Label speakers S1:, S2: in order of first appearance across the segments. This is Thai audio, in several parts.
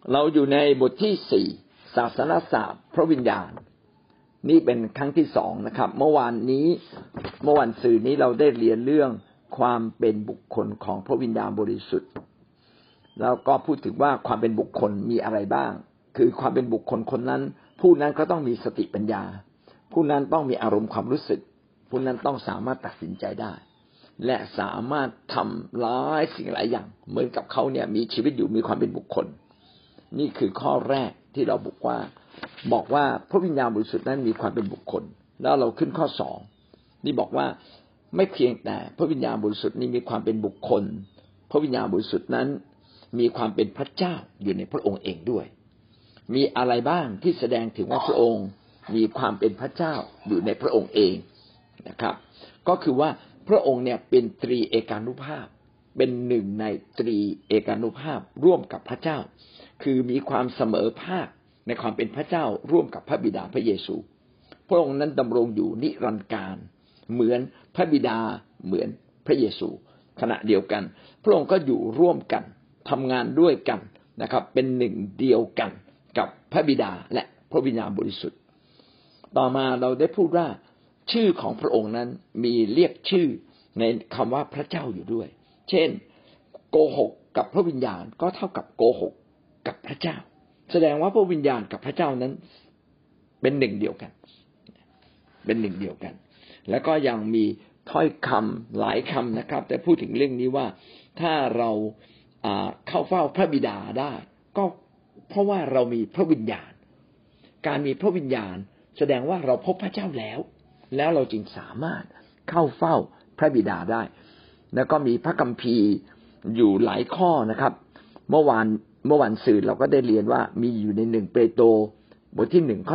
S1: เราอยู่ในบทที่4ศาสนศาสตร์พระวิญญาณนี่เป็นครั้งที่2นะครับเมื่อวันสื่อนี้เราได้เรียนเรื่องความเป็นบุคคลของพระวิญญาณบริสุทธิ์แล้วก็พูดถึงว่าความเป็นบุคคลมีอะไรบ้างคือความเป็นบุคคลคนนั้นผู้นั้นก็ต้องมีสติปัญญาผู้นั้นต้องมีอารมณ์ความรู้สึกผู้นั้นต้องสามารถตัดสินใจได้และสามารถทำหลายสิ่งหลายอย่างเหมือนกับเขาเนี่ยมีชีวิตอยู่มีความเป็นบุคคลนี่คือข้อแรกที่เราบอกว่าพระวิญญาณบริสุทธิ์นั้นมีความเป็นบุคคลแล้วเราขึ้นข้อ2นี่บอกว่าไม่เพียงแต่พระวิญญาณบริสุทธิ์นี้มีความเป็นบุคคลพระวิญญาณบริสุทธิ์นั้นมีความเป็นพระเจ้าอยู่ในพระองค์เองด้วยมีอะไรบ้างที่แสดงถึงว่าพระองค์มีความเป็นพระเจ้าอยู่ในพระองค์เองนะครับก็คือว่าพระองค์เนี่ยเป็นตรีเอกานุภาพเป็นหนึ่งในตรีเอกานุภาพร่วมกับพระเจ้าคือมีความเสมอภาคในความเป็นพระเจ้าร่วมกับพระบิดาพระเยซูพระองค์นั้นดำรงอยู่นิรันดร์กาลเหมือนพระบิดาเหมือนพระเยซูขณะเดียวกันพระองค์ก็อยู่ร่วมกันทำงานด้วยกันนะครับเป็นหนึ่งเดียวกันกับพระบิดาและพระวิญญาณบริสุทธิ์ต่อมาเราได้พูดว่าชื่อของพระองค์นั้นมีเรียกชื่อในคำว่าพระเจ้าอยู่ด้วยเช่นโกหกกับพระวิญญาณก็เท่ากับโกหกกับพระเจ้าแสดงว่าพระวิญญาณกับพระเจ้านั้นเป็นหนึ่งเดียวกันเป็นหนึ่งเดียวกันแล้วก็ยังมีถ้อยคำหลายคำนะครับแต่พูดถึงเรื่องนี้ว่าถ้าเราเข้าเฝ้าพระบิดาได้ก็เพราะว่าเรามีพระวิญญาณการมีพระวิญญาณแสดงว่าเราพบพระเจ้าแล้วเราจึงสามารถเข้าเฝ้าพระบิดาได้แล้วก็มีพระคัมภีร์อยู่หลายข้อนะครับเมื่อวันสื่อเราก็ได้เรียนว่ามีอยู่ใน1เปโตรบทที่1ข้อ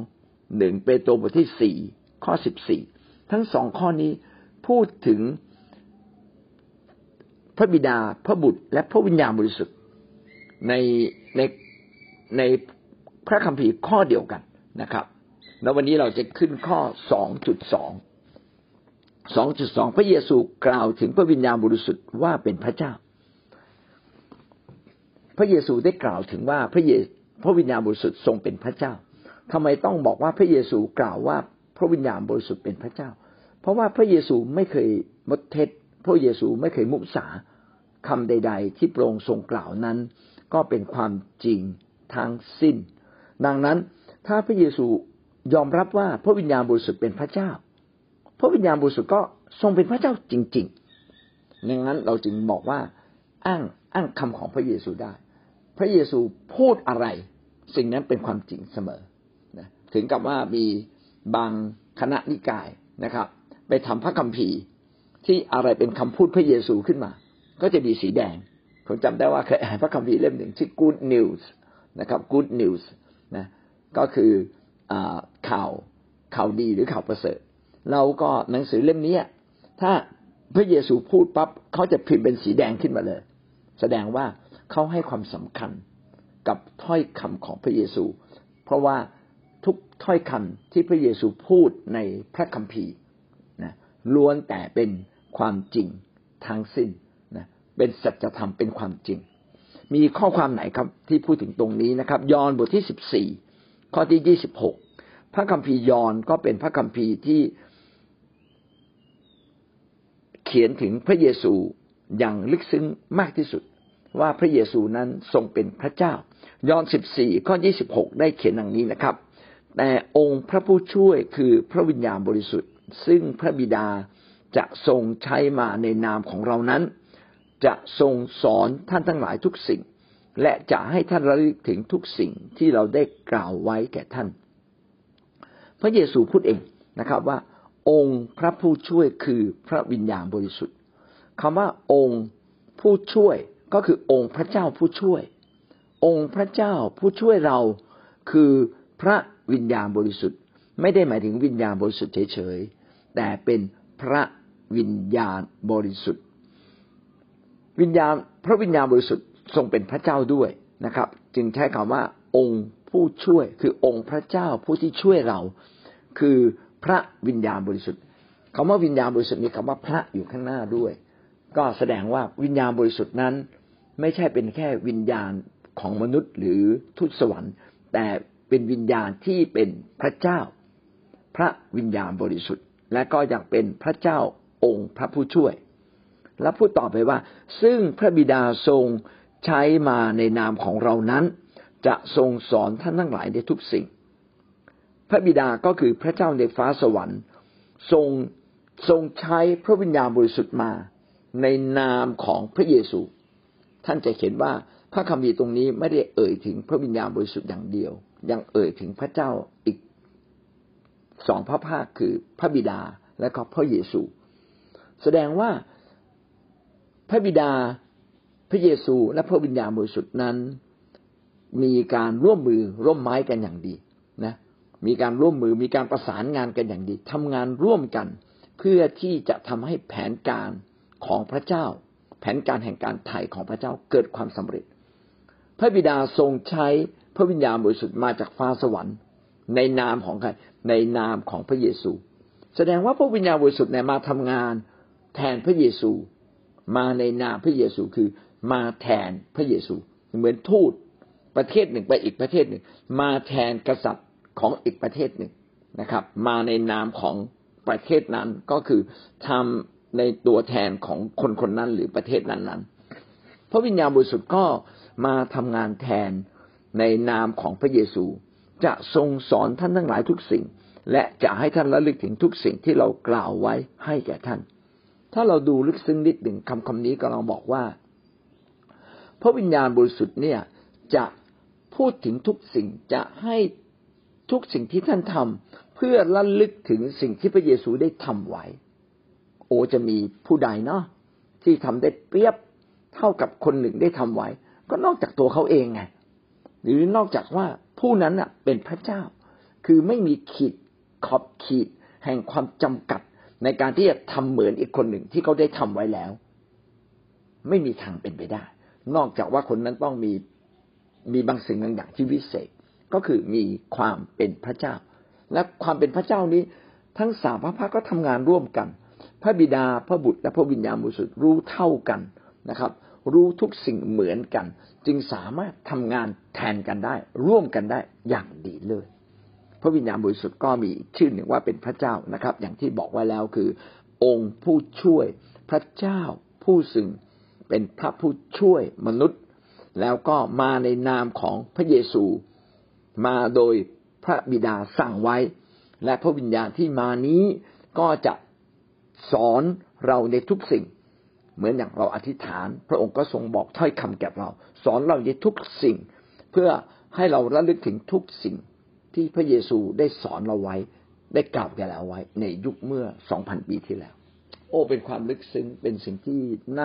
S1: 2 1เปโตรบทที่4ข้อ14ทั้ง2ข้อนี้พูดถึงพระบิดาพระบุตรและพระวิญญาณบริสุทธิ์ในพระคัมภีร์ข้อเดียวกันนะครับแล้ววันนี้เราจะขึ้นข้อ 2.2 พระเยซูกล่าวถึงพระวิญญาณบริสุทธิ์ว่าเป็นพระเจ้าพระเยซูได้กล่าวถึงว่าพระวิญญาณบริสุทธิ์ทรงเป็นพระเจ้าทำไมต้องบอกว่าพระเยซูกล่าวว่าพระวิญญาณบริสุทธิ์เป็นพระเจ้าเพราะว่าพระเยซูไม่เคยมดเท็จพระเยซูไม่เคยมุสาคำใดๆที่พระองค์ทรงกล่าวนั้นก็เป็นความจริงทั้งสิ้นดังนั้นถ้าพระเยซูยอมรับว่าพระวิญญาณบริสุทธิ์เป็นพระเจ้าพระวิญญาณบริสุทธิ์ก็ทรงเป็นพระเจ้าจริงๆดังนั้นเราจึงบอกว่าอ้างคำของพระเยซูได้พระเยซูพูดอะไรสิ่งนั้นเป็นความจริงเสมอนะถึงกับว่ามีบางคณะนิกายนะครับไปทำพระคัมภีร์ที่อะไรเป็นคำพูดพระเยซูขึ้นมาก็จะมีสีแดงผมจำได้ว่าเคยอ่านพระคัมภีร์เล่มหนึ่งชื่อ Good News นะครับ Good News นะก็คือข่าวดีหรือข่าวประเสริฐเราก็หนังสือเล่มนี้ถ้าพระเยซูพูดปั๊บเขาจะพิมพ์เป็นสีแดงขึ้นมาเลยแสดงว่าเขาให้ความสำคัญกับถ้อยคำของพระเยซูเพราะว่าทุกถ้อยคำที่พระเยซูพูดในพระคัมภีร์นะล้วนแต่เป็นความจริงทั้งสิ้นนะเป็นสัจธรรมเป็นความจริงมีข้อความไหนครับที่พูดถึงตรงนี้นะครับยอห์นบทที่14ข้อที่26พระคัมภีร์ยอห์นก็เป็นพระคัมภีร์ที่เขียนถึงพระเยซูอย่างลึกซึ้งมากที่สุดว่าพระเยซูนั้นทรงเป็นพระเจ้ายอห์น14ข้อ26ได้เขียนดังนี้นะครับแต่องค์พระผู้ช่วยคือพระวิญญาณบริสุทธิ์ซึ่งพระบิดาจะทรงใช้มาในนามของเรานั้นจะทรงสอนท่านทั้งหลายทุกสิ่งและจะให้ท่านระลึกถึงทุกสิ่งที่เราได้กล่าวไว้แก่ท่านพระเยซูพูดเองนะครับว่าองค์พระผู้ช่วยคือพระวิญญาณบริสุทธิ์คำว่าองค์ผู้ช่วยก็คือองค์พระเจ้าผู้ช่วยองค์พระเจ้าผู้ช่วยเราคือพระวิญญาณบริสุทธิ์ไม่ได้หมายถึงวิญญาณบริสุทธิ์เฉยๆแต่เป็นพระวิญญาณบริสุทธิ์พระวิญญาณบริสุทธิ์ทรงเป็นพระเจ้าด้วยนะครับจึงใช้คำว่าองค์ผู้ช่วยคือองค์พระเจ้าผู้ที่ช่วยเราคือพระวิญญาณบริสุทธิ์คำว่าวิญญาณบริสุทธิ์มีคำว่าพระอยู่ข้างหน้าด้วยก็แสดงว่าวิญญาณบริสุทธิ์นั้นไม่ใช่เป็นแค่วิญญาณของมนุษย์หรือทูตสวรรค์แต่เป็นวิญญาณที่เป็นพระเจ้าพระวิญญาณบริสุทธิ์และก็ยังเป็นพระเจ้าองค์พระผู้ช่วยและพูดต่อไปว่าซึ่งพระบิดาทรงใช้มาในนามของเรานั้นจะทรงสอนท่านทั้งหลายในทุกสิ่งพระบิดาก็คือพระเจ้าในฟ้าสวรรค์ทรงใช้พระวิญญาณบริสุทธิ์มาในนามของพระเยซูท่านจะเห็นว่าพระคัมภีร์ตรงนี้ไม่ได้เอ่ยถึงพระวิญญาณบริสุทธิ์อย่างเดียวยังเอ่ยถึงพระเจ้าอีกสองพระภาคคือพระบิดาและก็พระเยซูแสดงว่าพระบิดาพระเยซูและพระวิญญาณบริสุทธิ์นั้นมีการร่วมมือร่วมไม้กันอย่างดีนะมีการร่วมมือมีการประสานงานกันอย่างดีทำงานร่วมกันเพื่อที่จะทำให้แผนการของพระเจ้าแผนการแห่งการไถ่ของพระเจ้าเกิดความสำเร็จพระบิดาทรงใช้พระวิญญาณบริสุทธิ์มาจากฟ้าสวรรค์ในนามของใครในนามของพระเยซูแสดงว่าพระวิญญาณบริสุทธิ์เนี่ยมาทำงานแทนพระเยซูมาในนามพระเยซูคือมาแทนพระเยซูเหมือนทูตประเทศหนึ่งไปอีกประเทศหนึ่งมาแทนกษัตริย์ของอีกประเทศหนึ่งนะครับมาในนามของประเทศนั้นก็คือทำในตัวแทนของคนคนนั้นหรือประเทศนั้นๆพระวิญญาณบริสุทธิ์ก็มาทำงานแทนในนามของพระเยซูจะทรงสอนท่านทั้งหลายทุกสิ่งและจะให้ท่านระลึกถึงทุกสิ่งที่เรากล่าวไว้ให้แก่ท่านถ้าเราดูลึกซึ้งนิดหนึ่งคำนี้ก็เราบอกว่าพระวิญญาณบริสุทธิ์เนี่ยจะพูดถึงทุกสิ่งจะให้ทุกสิ่งที่ท่านทำเพื่อระลึกถึงสิ่งที่พระเยซูได้ทำไว้โอ้จะมีผู้ใดเนาะที่ทำได้เปรียบเท่ากับคนหนึ่งได้ทำไว้ก็นอกจากตัวเขาเองไงหรือนอกจากว่าผู้นั้นน่ะเป็นพระเจ้าคือไม่มีขีดขอบขีดแห่งความจำกัดในการที่จะทำเหมือนอีกคนหนึ่งที่เขาได้ทำไว้แล้วไม่มีทางเป็นไปได้นอกจากว่าคนนั้นต้องมีบางสิ่งบางอย่างที่วิเศษก็คือมีความเป็นพระเจ้าและความเป็นพระเจ้านี้ทั้งสามพระภาคก็ทำงานร่วมกันพระบิดาพระบุตรและพระวิญญาณบริสุทธิ์รู้เท่ากันนะครับรู้ทุกสิ่งเหมือนกันจึงสามารถทำงานแทนกันได้ร่วมกันได้อย่างดีเลยพระวิญญาณบริสุทธิ์ก็มีชื่อหนึ่งว่าเป็นพระเจ้านะครับอย่างที่บอกไว้แล้วคือองค์ผู้ช่วยพระเจ้าผู้ซึ่งเป็นพระผู้ช่วยมนุษย์แล้วก็มาในนามของพระเยซูมาโดยพระบิดาสั่งไว้และพระวิญญาณที่มานี้ก็จะสอนเราในทุกสิ่งเหมือนอย่างเราอธิษฐานพระองค์ก็ทรงบอกถ้อยคำแก่เราสอนเราในทุกสิ่งเพื่อให้เราระลึกถึงทุกสิ่งที่พระเยซูได้สอนเราไว้ได้กล่าวแก่เราไว้ในยุคเมื่อ 2,000 ปีที่แล้วโอ้เป็นความลึกซึ้งเป็นสิ่งที่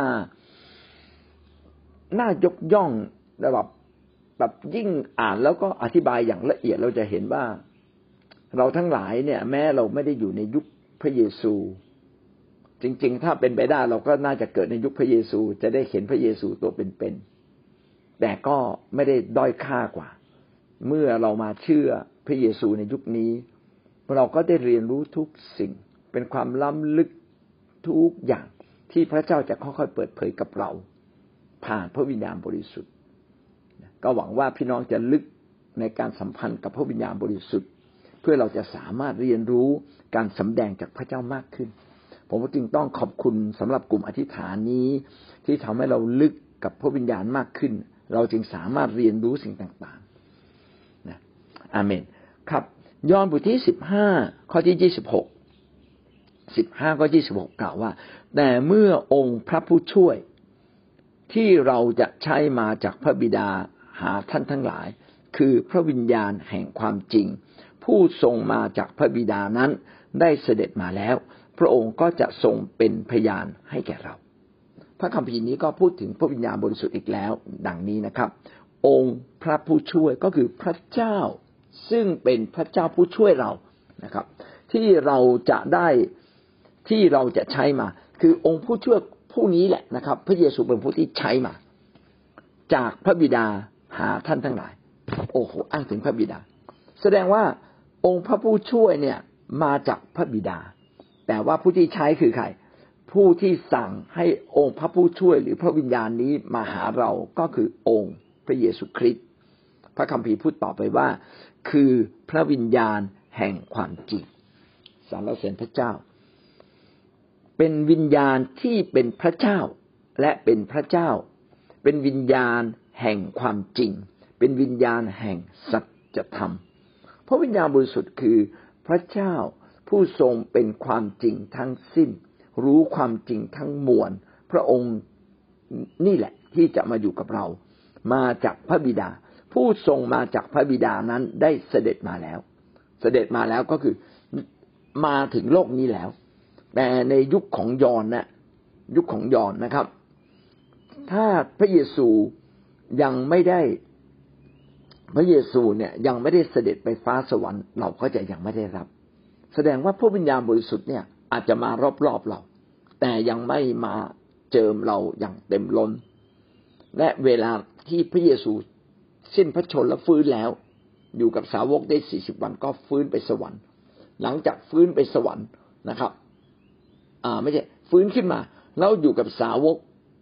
S1: น่ายกย่องแบบยิ่งอ่านแล้วก็อธิบายอย่างละเอียดเราจะเห็นว่าเราทั้งหลายเนี่ยแม้เราไม่ได้อยู่ในยุคพระเยซูจริงๆถ้าเป็นไปได้เราก็น่าจะเกิดในยุคพระเยซูจะได้เห็นพระเยซูตัวเป็นๆแต่ก็ไม่ได้ด้อยค่ากว่าเมื่อเรามาเชื่อพระเยซูในยุคนี้เราก็ได้เรียนรู้ทุกสิ่งเป็นความล้ำลึกทุกอย่างที่พระเจ้าจะค่อยๆเปิดเผยกับเราผ่านพระวิญญาณบริสุทธิ์ก็หวังว่าพี่น้องจะลึกในการสัมพันธ์กับพระวิญญาณบริสุทธิ์เพื่อเราจะสามารถเรียนรู้การสำแดงจากพระเจ้ามากขึ้นผมจึงต้องขอบคุณสำหรับกลุ่มอธิษฐานนี้ที่ทำให้เราลึกกับพระวิญญาณมากขึ้นเราจึงสามารถเรียนรู้สิ่งต่างๆนะอาเมนครับยอห์นบทที่15ข้อที่26 15ข้อ26กล่าวว่าแต่เมื่อองค์พระผู้ช่วยที่เราจะใช้มาจากพระบิดาหาท่านทั้งหลายคือพระวิญญาณแห่งความจริงผู้ทรงมาจากพระบิดานั้นได้เสด็จมาแล้วพระองค์ก็จะทรงเป็นพยานให้แก่เราพระคัมภีร์นี้ก็พูดถึงพระวิญญาณบริสุทธิ์อีกแล้วดังนี้นะครับองค์พระผู้ช่วยก็คือพระเจ้าซึ่งเป็นพระเจ้าผู้ช่วยเรานะครับที่เราจะใช้มาคือองค์ผู้ช่วยผู้นี้แหละนะครับพระเยซูเป็นผู้ที่ใช้มาจากพระบิดาหาท่านทั้งหลายโอ้โหอ้างถึงพระบิดาแสดงว่าองค์พระผู้ช่วยเนี่ยมาจากพระบิดาแต่ว่าผู้ที่ใช้คือใครผู้ที่สั่งให้องค์พระผู้ช่วยหรือพระวิญญาณนี้มาหาเราก็คือองค์พระเยซูคริสต์พระคัมภีร์พูดต่อไปว่าคือพระวิญญาณแห่งความจริงสรรเสริญพระเจ้าเป็นวิญญาณที่เป็นพระเจ้าและเป็นพระเจ้าเป็นวิญญาณแห่งความจริงเป็นวิญญาณแห่งสัจธรรมพระวิญญาณบริสุทธิ์คือพระเจ้าผู้ทรงเป็นความจริงทั้งสิ้นรู้ความจริงทั้งมวลพระองค์นี่แหละที่จะมาอยู่กับเรามาจากพระบิดาผู้ทรงมาจากพระบิดานั้นได้เสด็จมาแล้วเสด็จมาแล้วก็คือมาถึงโลกนี้แล้วแต่ในยุคของยอห์นนะยุคของยอห์นนะครับถ้าพระเยซูยังไม่ได้พระเยซูเนี่ยยังไม่ได้เสด็จไปฟ้าสวรรค์เราก็จะยังไม่ได้รับแสดงว่าพระวิญญาณบริสุทธิ์เนี่ยอาจจะมารอบๆเราแต่ยังไม่มาเจิมเราอย่างเต็มล้นและเวลาที่พระเยซูสิ้นพระชนม์และฟื้นแล้วอยู่กับสาวกได้40วันก็ฟื้นไปสวรรค์หลังจากฟื้นไปสวรรค์นะครับไม่ใช่ฟื้นขึ้นมาแล้วอยู่กับสาวก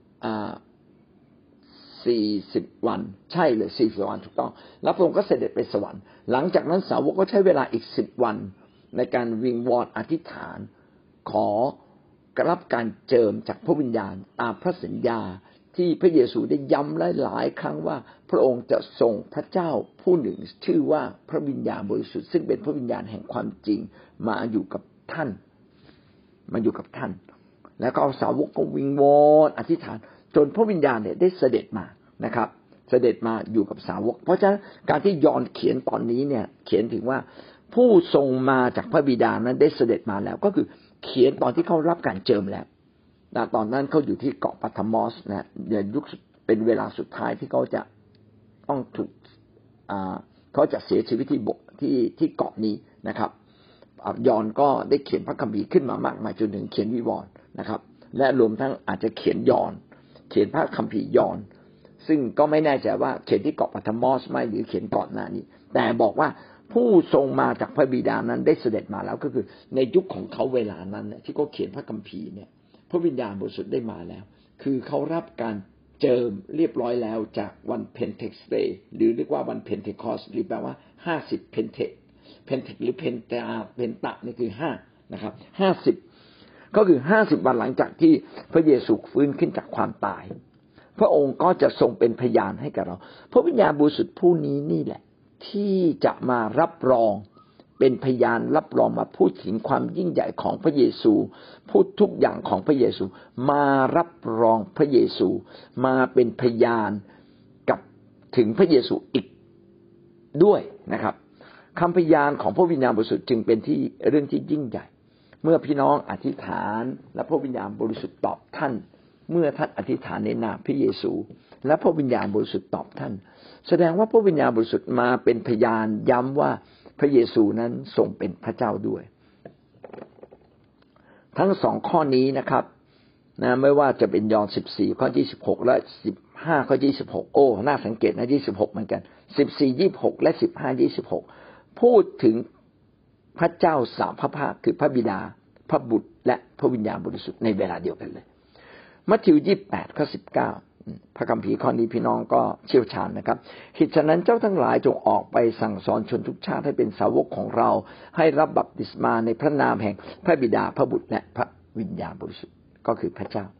S1: 40วันใช่เลย40วันถูกต้องแล้วพระองค์ก็เสด็จไปสวรรค์หลังจากนั้นสาวกก็ใช้เวลาอีก10วันในการวิงวอนอธิษฐานขอรับการเจิมจากพระวิญญาณตามพระสัญญาที่พระเยซูได้ย้ำหลายครั้งว่าพระองค์จะส่งพระเจ้าผู้หนึ่งชื่อว่าพระวิญญาณบริสุทธิ์ซึ่งเป็นพระวิญญาณแห่งความจริงมาอยู่กับท่านแล้วก็เอาสาวกก็วิงวอนอธิษฐานจนพระวิญญาณเนี่ยได้เสด็จมานะครับเสด็จมาอยู่กับสาวกเพราะฉะนั้นการที่ยอห์นเขียนตอนนี้เนี่ยเขียนถึงว่าผู้ทรงมาจากพระบิดานั้นได้เสด็จมาแล้วก็คือเขียนตอนที่เขารับการเจิมแล้วตอนนั้นเขาอยู่ที่เกาะปัทมอสนะในยุคเป็นเวลาสุดท้ายที่เขาจะต้องถูกเขาจะเสียชีวิตที่เกาะนี้นะครับยอห์นก็ได้เขียนพระคัมภีร์ขึ้นมามากมายจนถึงเขียนวิวรณ์นะครับและรวมทั้งอาจจะเขียนยอห์นเขียนพระคัมภีร์ยอห์นซึ่งก็ไม่แน่ใจว่าเขียนที่เกาะปัทมอสไหมหรือเขียนก่อนหน้านี้แต่บอกว่าผู้ทรงมาจากพระบิดานั้นได้เสด็จมาแล้วก็คือในยุคของเขาเวลานั้นที่เขาเขียนพระคัมภีร์เนี่ยพระวิญญาณบริสุทธิ์ได้มาแล้วคือเขารับการเจิมเรียบร้อยแล้วจากวันเพนเทคสเตย์หรือเรียกว่าวันเพนเทคอสหรือแปลว่า50เพนเทคหรือเพนตะนี่คือ5นะครับ50ก็คือ50วันหลังจากที่พระเยซูฟื้นขึ้นจากความตายพระองค์ก็จะทรงเป็นพยานให้กับเราพระวิญญาณบริสุทธิ์ผู้นี้นี่แหละที่จะมารับรองเป็นพยานรับรองมาพูดถึงความยิ่งใหญ่ของพระเยซูพูดทุกอย่างของพระเยซูมารับรองพระเยซูมาเป็นพยานกับถึงพระเยซูอีกด้วยนะครับคำพยานของพระวิญญาณบริสุทธิ์จึงเป็นที่เรื่องที่ยิ่งใหญ่เมื่อพี่น้องอธิษฐานและพระวิญญาณบริสุทธิ์ตอบท่านเมื่อท่านอธิษฐานในนามพระเยซูและพระวิญญาณบริสุทธิ์ตอบท่านแสดงว่าพระวิญญาณบริสุทธิ์มาเป็นพยานย้ำว่าพระเยซูนั้นทรงเป็นพระเจ้าด้วยทั้งสองข้อนี้นะครับไม่ว่าจะเป็นยอห์น14ข้อ26และ15ข้อ26โอ้น่าสังเกตนะ26เหมือนกัน14 26และ15 26พูดถึงพระเจ้าสามพระภาคคือพระบิดาพระบุตรและพระวิญญาณบริสุทธิ์ในเวลาเดียวกันเลยมัทธิว28ข้อ19พระคัมภีร์ข้อนี้พี่น้องก็เชี่ยวชาญนะครับเหตุฉะนั้นเจ้าทั้งหลายจงออกไปสั่งสอนชนทุกชาติให้เป็นสาวกของเราให้รับบัพติศมาในพระนามแห่งพระบิดาพระบุตรและพระวิญญาณบริสุทธิ์ก็คือพระเจ้า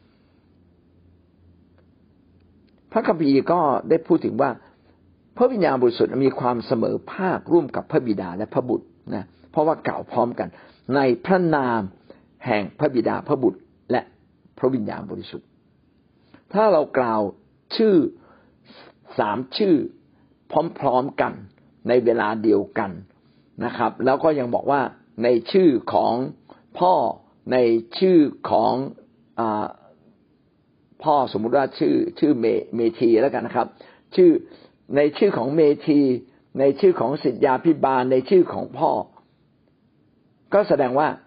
S1: พระคัมภีร์ก็ได้พูดถึงว่าพระวิญญาณบริสุทธิ์มีความเสมอภาคร่วมกับพระบิดาและพระบุตรนะเพราะว่ากล่าวพร้อมกันในพระนามแห่งพระบิดาพระบุตรและพระวิญญาณบริสุทธิ์ถ้าเรากล่าวชื่อ3ชื่อพร้อมๆกันในเวลาเดียวกันนะครับแล้วก็ยังบอกว่าในชื่อของพ่อในชื่อของพ่อสมมุติว่าชื่อเมธีแล้วกันนะครับชื่อในชื่อของเมธีในชื่อของศิษยาภิบาลในชื่อของพ่อก็แสดงว่า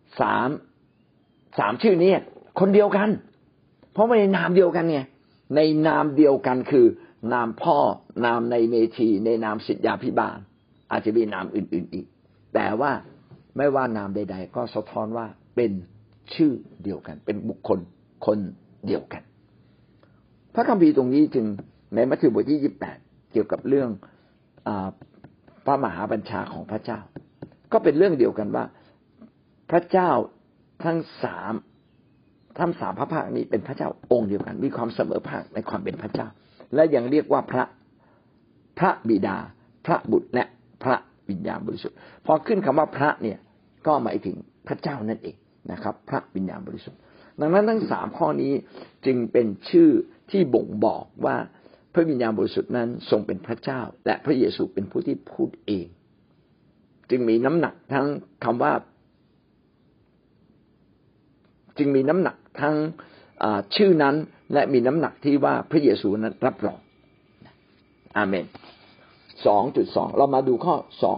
S1: 3ชื่อนี้คนเดียวกันเพราะในนามเดียวกันไงในนามเดียวกันคือนามพ่อนามในเมธีในนามศิษยาภิบาลอาจจะมีนามอื่นๆอีกแต่ว่าไม่ว่านามใดๆก็สะท้อนว่าเป็นชื่อเดียวกันเป็นบุคคลคนเดียวกันพระคัมภีร์ตรงนี้จึงในมัทธิวบทที่28เกี่ยวกับเรื่องพระมหาบัญชาของพระเจ้าก็เป็นเรื่องเดียวกันว่าพระเจ้าทั้งสามพระภาคนี้เป็นพระเจ้าองค์เดียวกันมีความเสมอภาคในความเป็นพระเจ้าและยังเรียกว่าพระบิดาพระบุตรและพระวิญญาณบริสุทธิ์พอขึ้นคำว่าพระเนี่ยก็หมายถึงพระเจ้านั่นเองนะครับพระวิญญาณบริสุทธิ์ดังนั้นทั้ง3ข้อนี้จึงเป็นชื่อที่บ่งบอกว่าพระวิญญาณบริสุทธิ์นั้นทรงเป็นพระเจ้าและพระเยซูเป็นผู้ที่พูดเองจึงมีน้ำหนักทั้งคำว่าจึงมีน้ำหนักทั้งชื่อนั้นและมีน้ำหนักที่ว่าพระเยซูนั้นรับรองอาเมน 2.2 เรามาดูข้อ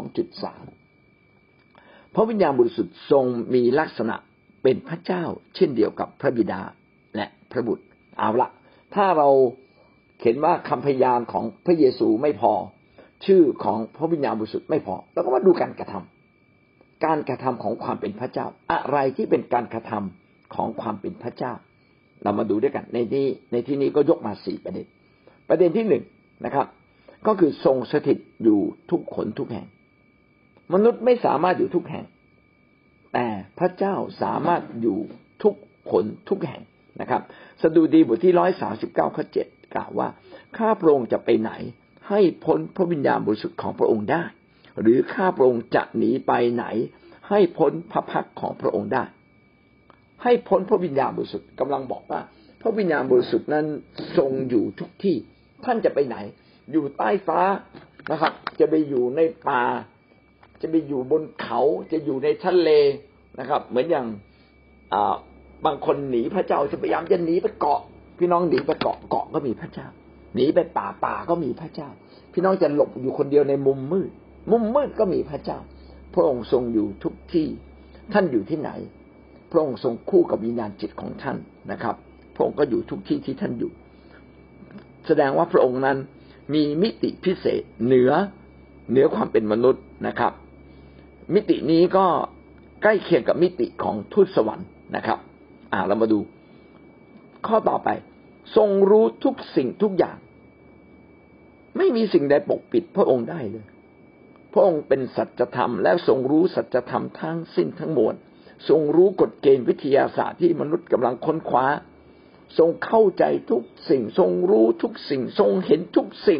S1: 2.3 พระวิญญาณบริสุทธิ์ทรงมีลักษณะเป็นพระเจ้าเช่นเดียวกับพระบิดาและพระบุตรเอาละถ้าเราเห็นว่าคำพยานของพระเยซูไม่พอชื่อของพระวิญญาณบริสุทธิ์ไม่พอเราก็มาดูการกระทำของความเป็นพระเจ้าอะไรที่เป็นการกระทำของความเป็นพระเจ้าเรามาดูด้วยกันในที่นี้ก็ยกมา4ประเด็นที่1นะครับก็คือทรงสถิตอยู่ทุกขนทุกแห่งมนุษย์ไม่สามารถอยู่ทุกแห่งแต่พระเจ้าสามารถอยู่ทุกขนทุกแห่งนะครับสดุดีบทที่139ข้อ7กล่าวว่าข้าพระองค์จะไปไหนให้พ้นพระวิญญาณบริสุทธิ์ของพระองค์ได้หรือข้าพระองค์จะหนีไปไหนให้พ้นพระพักของพระองค์ได้ให้พ้นพระวิญญาณบริสุทธิ์กำลังบอกว่าพระวิญญาณบริสุทธิ์นั้นทรงอยู่ทุกที่ท่านจะไปไหนอยู่ใต้ฟ้านะครับจะไปอยู่ในป่าจะไปอยู่บนเขาจะอยู่ในทะเลนะครับเหมือนอย่างบางคนหนีพระเจ้าจะพยายามจะหนีไปเกาะพี่น้องหนีไปเกาะก็มีพระเจ้าหนีไปป่าก็มีพระเจ้าพี่น้องจะหลบอยู่คนเดียวในมุมมืดก็มีพระเจ้าพระองค์ทรงอยู่ทุกที่ท่านอยู่ที่ไหนพระองค์ทรงคู่กับวิญญาณจิตของท่านนะครับพระองค์ก็อยู่ทุกที่ที่ท่านอยู่แสดงว่าพระองค์นั้นมีมิติพิเศษเหนือความเป็นมนุษย์นะครับมิตินี้ก็ใกล้เคียงกับมิติของทูตสวรรค์นะครับเรามาดูข้อต่อไปทรงรู้ทุกสิ่งทุกอย่างไม่มีสิ่งใดปกปิดพระองค์ได้เลยพระองค์เป็นสัจธรรมและทรงรู้สัจธรรมทั้งสิ้นทั้งมวลทรงรู้กฎเกณฑ์วิทยาศาสตร์ที่มนุษย์กำลังค้นคว้าทรงเข้าใจทุกสิ่งทรงรู้ทุกสิ่งทรงเห็นทุกสิ่ง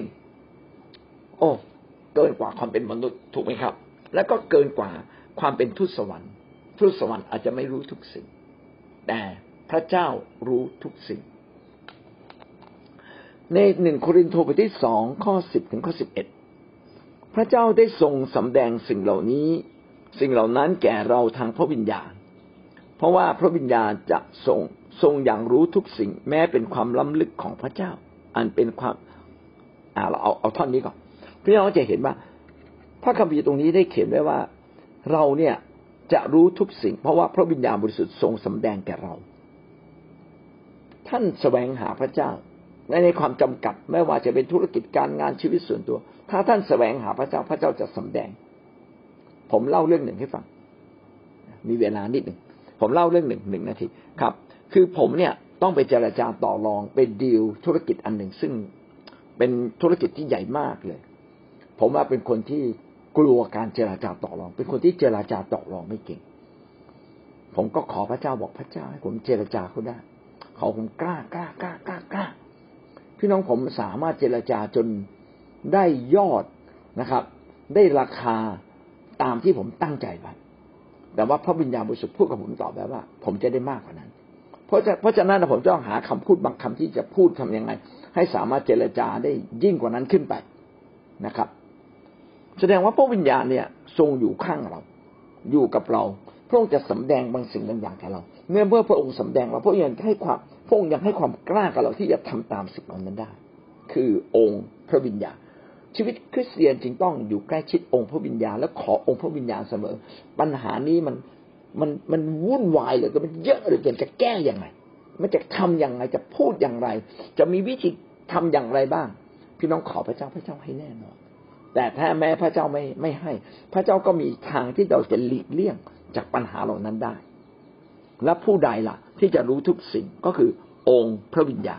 S1: เกินกว่าความเป็นมนุษย์ถูกไหมครับและก็เกินกว่าความเป็นทูตสวรรค์อาจจะไม่รู้ทุกสิ่งแต่พระเจ้ารู้ทุกสิ่งใน1โครินธ์บทที่2ข้อ10ถึงข้อ11พระเจ้าได้ทรงสำแดงสิ่งเหล่านั้นแก่เราทางพระวิญญาณเพราะว่าพระวิญญาณจะทรงอย่างรู้ทุกสิ่งแม้เป็นความล้ำลึกของพระเจ้าอันเป็นความเราเอาท่อนนี้ก่อนพี่น้องจะเห็นว่าพระคัมภีร์ตรงนี้ได้เขียนไว้ว่าเราเนี่ยจะรู้ทุกสิ่งเพราะว่าพระวิญญาณบริสุทธิ์ทรงสำแดงแก่เราท่านแสวงหาพระเจ้าในความจำกัดไม่ว่าจะเป็นธุรกิจการงานชีวิตส่วนตัวถ้าท่านแสวงหาพระเจ้าพระเจ้าจะสำแดงผมเล่าเรื่องหนึ่งให้ฟังมีเวลานิดหนึ่งผมเล่าเรื่องหนึ่งนาทีครับคือผมเนี่ยต้องไปเจรจาต่อรองเป็นดีลธุรกิจอันหนึ่งซึ่งเป็นธุรกิจที่ใหญ่มากเลยผมว่าเป็นคนที่กลัวการเจรจาต่อรองเป็นคนที่เจรจาต่อรองไม่เก่งผมก็ขอพระเจ้าบอกพระเจ้าให้ผมเจรจาเขาได้เขาผมกล้าพี่น้องผมสามารถเจรจาจนได้ยอดนะครับได้ราคาตามที่ผมตั้งใจไว้แต่ว่าพระวิญญาณบริสุทธิ์พูดกับผมตอบแบบว่าผมจะได้มากกว่านั้นเพราะฉะนั้นผมต้องหาคำพูดบางคำที่จะพูดทำยังไงให้สามารถเจรจาได้ยิ่งกว่านั้นขึ้นไปนะครับแสดงว่าพระวิญญาณเนี่ยทรงอยู่ข้างเราอยู่กับเราพระองค์จะสำแดงบางสิ่งบางอย่างกับเราเมื่อพระองค์สำแดงเราพระองค์ยังให้ความกล้ากับเราที่จะทำตามสิ่งนั้นได้คือองค์พระวิญญาณชีวิตคริสเตียนจึงต้องอยู่ใกล้ชิดองค์พระวิญญาณและขอองค์พระวิญญาณเสมอปัญหานี้มันวุ่นวายเหลือเกินมันเยอะเหลือเกินจะแก้อย่างไรมันจะทำอย่างไรจะพูดอย่างไรจะมีวิธีทำอย่างไรบ้างพี่น้องขอพระเจ้าให้แน่นอนแต่ถ้าแม้พระเจ้าไม่ให้พระเจ้าก็มีทางที่เราจะหลีกเลี่ยงจากปัญหาเหล่านั้นได้และผู้ใดล่ะที่จะรู้ทุกสิ่งก็คือองค์พระวิญญาณ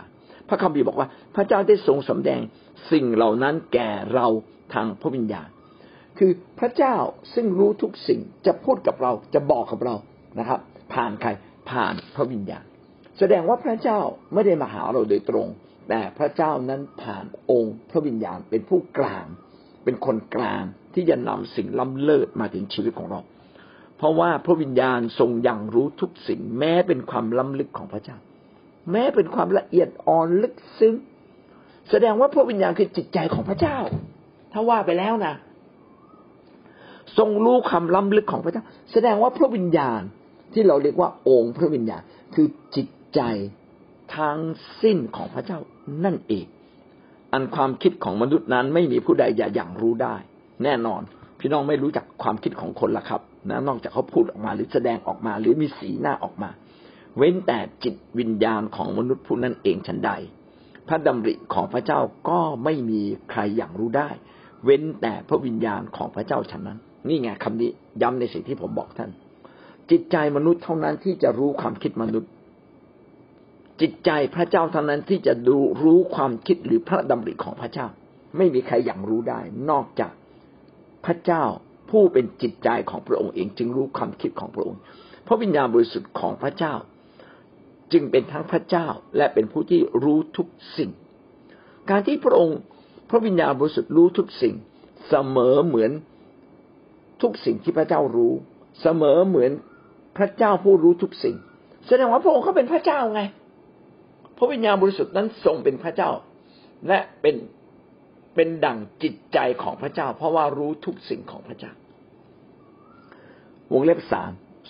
S1: พระคัมภีร์บอกว่าพระเจ้าได้ทรงสำแดงสิ่งเหล่านั้นแก่เราทางพระวิญญาณคือพระเจ้าซึ่งรู้ทุกสิ่งจะพูดกับเราจะบอกกับเรานะครับผ่านใครผ่านพระวิญญาณแสดงว่าพระเจ้าไม่ได้มาหาเราโดยตรงแต่พระเจ้านั้นผ่านองค์พระวิญญาณเป็นผู้กลางเป็นคนกลางที่จะนำสิ่งล้ำเลิศมาถึงชีวิตของเราเพราะว่าพระวิญญาณทรงยังรู้ทุกสิ่งแม้เป็นความล้ำลึกของพระเจ้าแม้เป็นความละเอียดอ่อนลึกซึ้งแสดงว่าพระวิญญาณคือจิตใจของพระเจ้าถ้าว่าไปแล้วนะทรงรู้ความล้ำลึกของพระเจ้าแสดงว่าพระวิญญาณที่เราเรียกว่าองค์พระวิญญาณคือจิตใจทั้งสิ้นของพระเจ้านั่นเองอันความคิดของมนุษย์นั้นไม่มีผู้ใดจะอย่างรู้ได้แน่นอนพี่น้องไม่รู้จักความคิดของคนละครับนะนอกจากเขาพูดออกมาหรือแสดงออกมาหรือมีสีหน้าออกมาเว้นแต่จิตวิญญาณของมนุษย์ผู้นั้นเองฉันใดพระดำริของพระเจ้าก็ไม่มีใครอย่างรู้ได้เว้นแต่พระวิญญาณของพระเจ้าฉันนั้นนี่ไงคำนี้ย้ำในสิ่งที่ผมบอกท่านจิตใจมนุษย์เท่านั้นที่จะรู้ความคิดมนุษย์จิตใจพระเจ้าเท่านั้นที่จะรู้ความคิดหรือพระดำริของพระเจ้าไม่มีใครอย่างรู้ได้นอกจากพระเจ้าผู้เป็นจิตใจของพระองค์เองจึงรู้ความคิดของพระองค์พระวิญญาณบริสุทธิ์ของพระเจ้าจึงเป็นทั้งพระเจ้าและเป็นผู้ที่รู้ทุกสิ่งการที่พระองค์พระวิญญาณบริสุทธิ์รู้ทุกสิ่งเสมอเหมือนทุกสิ่งที่พระเจ้ารู้เสมอเหมือนพระเจ้าผู้รู้ทุกสิ่งแสดงว่าพระองค์ก็เป็นพระเจ้าไงพระวิญญาณบริสุทธิ์นั้นทรงเป็นพระเจ้าและเป็นดั่งจิตใจของพระเจ้าเพราะว่ารู้ทุกสิ่งของพระเจ้าวงเล็บ3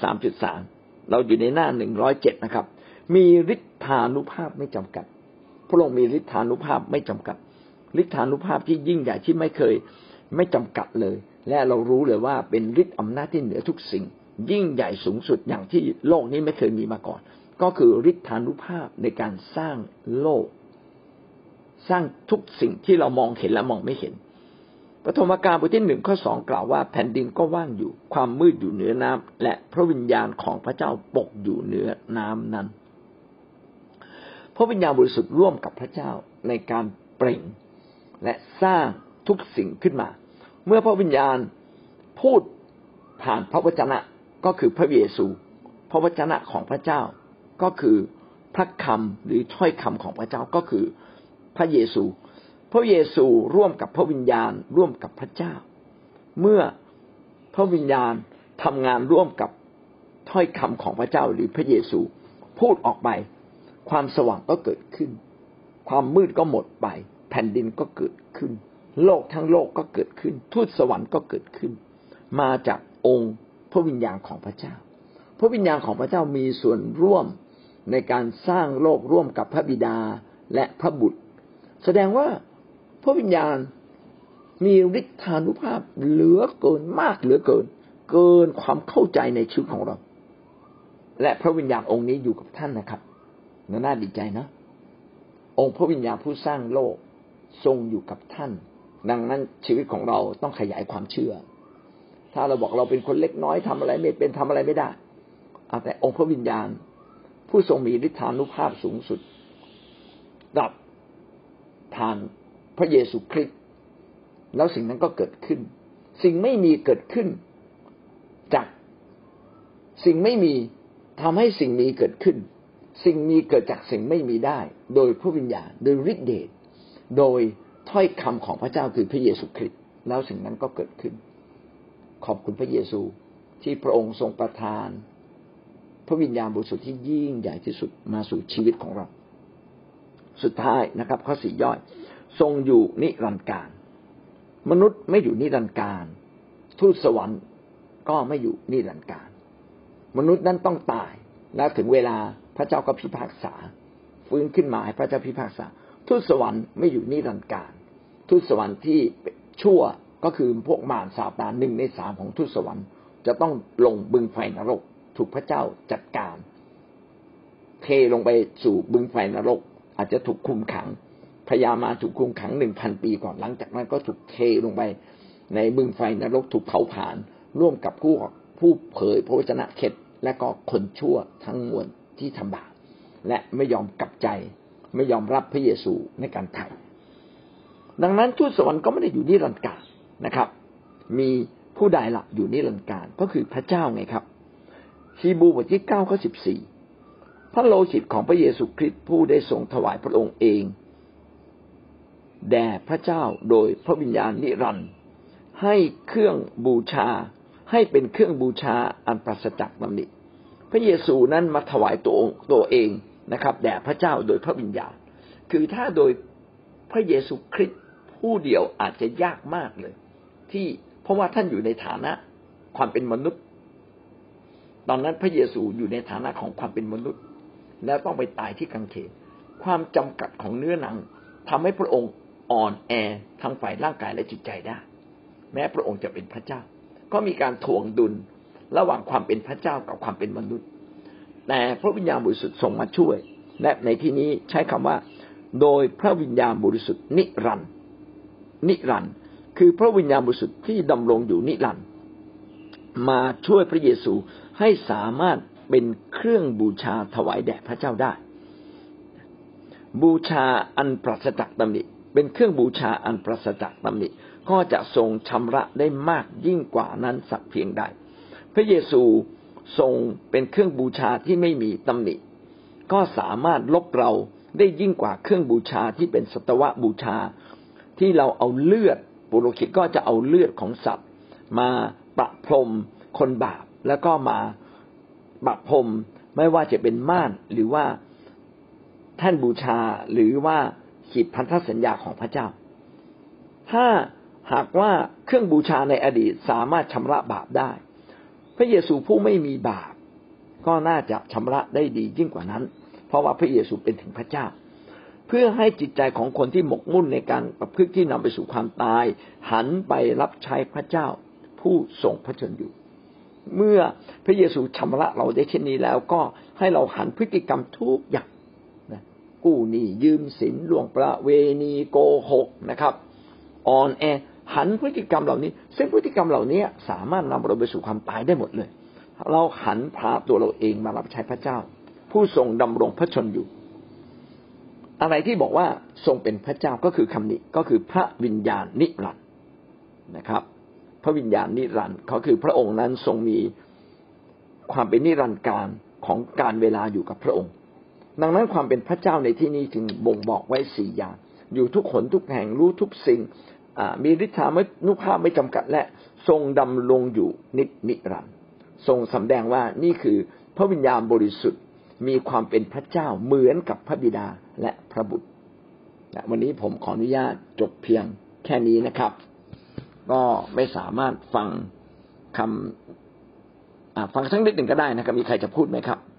S1: 2.3.3 เราอยู่ในหน้า107นะครับมีฤทธานุภาพไม่จำกัดพระองค์มีฤทธานุภาพไม่จำกัดฤทธานุภาพที่ยิ่งใหญ่ที่ไม่จำกัดเลยและเรารู้เลยว่าเป็นฤทธิ์อำนาจที่เหนือทุกสิ่งยิ่งใหญ่สูงสุดอย่างที่โลกนี้ไม่เคยมีมาก่อนก็คือฤทธานุภาพในการสร้างโลกสร้างทุกสิ่งที่เรามองเห็นและมองไม่เห็นปฐมกาลบทที่1ข้อ2กล่าวว่าแผ่นดินก็ว่างอยู่ความมืดอยู่เหนือน้ำและพระวิญญาณของพระเจ้าปกอยู่เหนือน้ำนั้นพระวิญญาณบริสุทธิ์ร่วมกับพระเจ้าในการเปล่งและสร้างทุกสิ่งขึ้นมาเมื่อพระวิญญาณพูดผ่านพระวจนะก็คือพระเยซูพระวจนะของพระเจ้าก็คือพระคำหรือถ้อยคำของพระเจ้าก็คือพระเยซูพระเยซูร่วมกับพระวิญญาณร่วมกับพระเจ้าเมื่อพระวิญญาณทำงานร่วมกับถ้อยคำของพระเจ้าหรือพระเยซูพูดออกไปความสว่างก็เกิดขึ้นความมืดก็หมดไปแผ่นดินก็เกิดขึ้นโลกทั้งโลกก็เกิดขึ้นทูตสวรรค์ก็เกิดขึ้นมาจากองค์พระวิญญาณของพระเจ้าพระวิญญาณของพระเจ้ามีส่วนร่วมในการสร้างโลกร่วมกับพระบิดาและพระบุตรแสดงว่าพระวิญญาณมีฤทธานุภาพเหลือเกินมากเหลือเกินความเข้าใจในชีวิตของเราและพระวิญญาณองค์นี้อยู่กับท่านนะครับน่าดีใจนะองค์พระวิญญาณผู้สร้างโลกทรงอยู่กับท่านดังนั้นชีวิตของเราต้องขยายความเชื่อถ้าเราบอกเราเป็นคนเล็กน้อยทำอะไรไม่เป็นทำอะไรไม่ได้แต่องค์พระวิญญาณผู้ทรงมีฤทธานุภาพสูงสุดดับผ่านพระเยซูคริสต์แล้วสิ่งนั้นก็เกิดขึ้นสิ่งไม่มีเกิดขึ้นจากสิ่งไม่มีทำให้สิ่งมีเกิดขึ้นสิ่งมีเกิดจากสิ่งไม่มีได้โดยพระวิญญาณโดยฤทธิ์เดชโดยถ้อยคำของพระเจ้าคือพระเยซูคริสต์แล้วสิ่งนั้นก็เกิดขึ้นขอบคุณพระเยซูที่พระองค์ทรงประทานพระวิญญาณบริสุทธิ์ที่ยิ่งใหญ่ที่สุดมาสู่ชีวิตของเราสุดท้ายนะครับข้อ4ย่อยทรงอยู่นิรันดร์กาลมนุษย์ไม่อยู่นิรันดร์กาลทูตสวรรค์ก็ไม่อยู่นิรันดร์กาลมนุษย์นั้นต้องตายแล้วถึงเวลาพระเจ้าก็พิพากษาฟื้นขึ้นมาให้พระเจ้าพิพากษาทูตสวรรค์ไม่อยู่นิรันดร์กาลทูตสวรรค์ที่ชั่วก็คือพวกมารซาตาน1 ใน 3ของทูตสวรรค์จะต้องลงบึงไฟนรกถูกพระเจ้าจัดการเทลงไปสู่บึงไฟนรกอาจจะถูกคุมขังพญามารถูกคุมขัง 1,000 ปีก่อนหลังจากนั้นก็ถูกเทลงไปในบึงไฟนรกถูกเผาผลาญร่วมกับผู้เผยพระวจนะเท็จและก็คนชั่วทั้งมวลที่ทำบาปและไม่ยอมกลับใจไม่ยอมรับพระเยซูในการไถ่ดังนั้นทูตสวรรค์ก็ไม่ได้อยู่นิรันดร์กาลนะครับมีผู้ใดล่ะอยู่นิรันดร์กาลก็คือพระเจ้าไงครับฮีบรูบทที่9 ข้อ 14พระโลหิตของพระเยซูคริสต์ผู้ได้ทรงถวายพระองค์เองแด่พระเจ้าโดยพระวิญญาณนิรันดร์ให้เครื่องบูชาให้เป็นเครื่องบูชาอันปราศจากตำหนิพระเยซูนั้นมาถวายตัวเองนะครับแด่พระเจ้าโดยพระวิญญาณคือถ้าโดยพระเยซูคริสต์ผู้เดียวอาจจะยากมากเลยที่เพราะว่าท่านอยู่ในฐานะความเป็นมนุษย์ตอนนั้นพระเยซูอยู่ในฐานะของความเป็นมนุษย์แล้วต้องไปตายที่กางเขนความจำกัดของเนื้อหนังทำให้พระองค์อ่อนแอทั้งฝ่ายร่างกายและจิตใจได้แม้พระองค์จะเป็นพระเจ้าก็มีการถ่วงดุลระหว่างความเป็นพระเจ้ากับความเป็นมนุษย์แต่พระวิญญาณบริสุทธิ์ทรงมาช่วยและในที่นี้ใช้คำว่าโดยพระวิญญาณบริสุทธิ์นิรันดร์นิรันดร์คือพระวิญญาณบริสุทธิ์ที่ดำรงอยู่นิรันดร์มาช่วยพระเยซูให้สามารถเป็นเครื่องบูชาถวายแด่พระเจ้าได้บูชาอันปราศจากตำหนิเป็นเครื่องบูชาอันปราศจากตำหนิก็จะทรงชำระได้มากยิ่งกว่านั้นสักเพียงใดพระเยซูทรงเป็นเครื่องบูชาที่ไม่มีตำหนิก็สามารถลบเราได้ยิ่งกว่าเครื่องบูชาที่เป็นสัตวบูชาที่เราเอาเลือดปุโรหิตก็จะเอาเลือดของสัตว์มาประพรมคนบาปแล้วก็มาประพรมไม่ว่าจะเป็นม่านหรือว่าแท่นบูชาหรือว่าขีดพันธสัญญาของพระเจ้าถ้าหากว่าเครื่องบูชาในอดีตสามารถชำระบาปได้พระเยซูผู้ไม่มีบาปก็น่าจะชำระได้ดียิ่งกว่านั้นเพราะว่าพระเยซูเป็นถึงพระเจ้าเพื่อให้จิตใจของคนที่หมกมุ่นในการประพฤติที่นำไปสู่ความตายหันไปรับใช้พระเจ้าผู้ทรงพระชนอยู่เมื่อพระเยซูชำระเราได้เช่นนี้แล้วก็ให้เราหันพฤติกรรมทุกอย่างกู้หนี้ยืมสินล่วงประเวณีโกหกนะครับอ่อนแอหันพฤติกรรมเหล่านี้ซึ่งพฤติกรรมเหล่านี้สามารถนำเราไปสู่ความตายได้หมดเลยเราหันพาตัวเราเองมารับใช้พระเจ้าผู้ทรงดำรงพระชนอยู่อะไรที่บอกว่าทรงเป็นพระเจ้าก็คือคำนี้ก็คือพระวิญญาณนิรันดร์นะครับพระวิญญาณนิรันดร์เขาคือพระองค์นั้นทรงมีความเป็นนิรันดร์การของการเวลาอยู่กับพระองค์ดังนั้นความเป็นพระเจ้าในที่นี้จึงบ่งบอกไว้4อย่างอยู่ทุกหนทุกแห่งรู้ทุกสิ่งมีฤทธานุภาพไม่จำกัดและทรงดำรงอยู่นิรันดร์ทรงสำแดงว่านี่คือพระวิญญาณบริสุทธิ์มีความเป็นพระเจ้าเหมือนกับพระบิดาและพระบุตรวันนี้ผมขออนุญาตจบเพียงแค่นี้นะครับก็ไม่สามารถฟังสักนิดหนึ่งก็ได้นะครับมีใครจะพูดไหมครับ